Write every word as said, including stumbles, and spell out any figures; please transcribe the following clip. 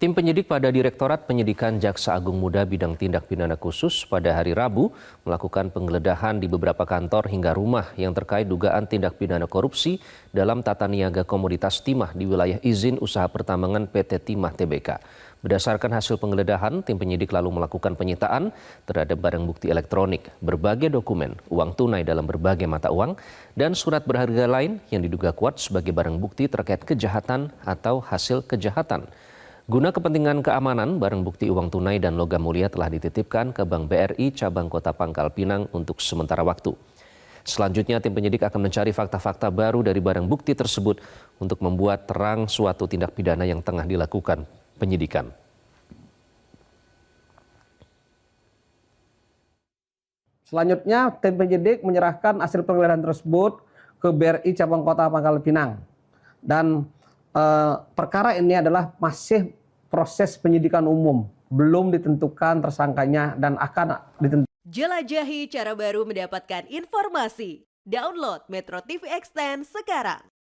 Tim penyidik pada Direktorat Penyidikan Jaksa Agung Muda Bidang Tindak Pidana Khusus pada hari Rabu melakukan penggeledahan di beberapa kantor hingga rumah yang terkait dugaan tindak pidana korupsi dalam tata niaga komoditas timah di wilayah izin usaha pertambangan P T Timah Tbk. Berdasarkan hasil penggeledahan, tim penyidik lalu melakukan penyitaan terhadap barang bukti elektronik, berbagai dokumen, uang tunai dalam berbagai mata uang, dan surat berharga lain yang diduga kuat sebagai barang bukti terkait kejahatan atau hasil kejahatan. Guna kepentingan keamanan, barang bukti uang tunai dan logam mulia telah dititipkan ke Bank B R I Cabang Kota Pangkal Pinang untuk sementara waktu. Selanjutnya, tim penyidik akan mencari fakta-fakta baru dari barang bukti tersebut untuk membuat terang suatu tindak pidana yang tengah dilakukan penyidikan. Selanjutnya, tim penyidik menyerahkan hasil penggeledahan tersebut ke B R I Cabang Kota Pangkal Pinang. Dan eh, perkara ini adalah masih proses penyidikan umum, belum ditentukan tersangkanya dan akan ditentukan. Jelajahi cara baru mendapatkan informasi. Download Metro T V Extend sekarang.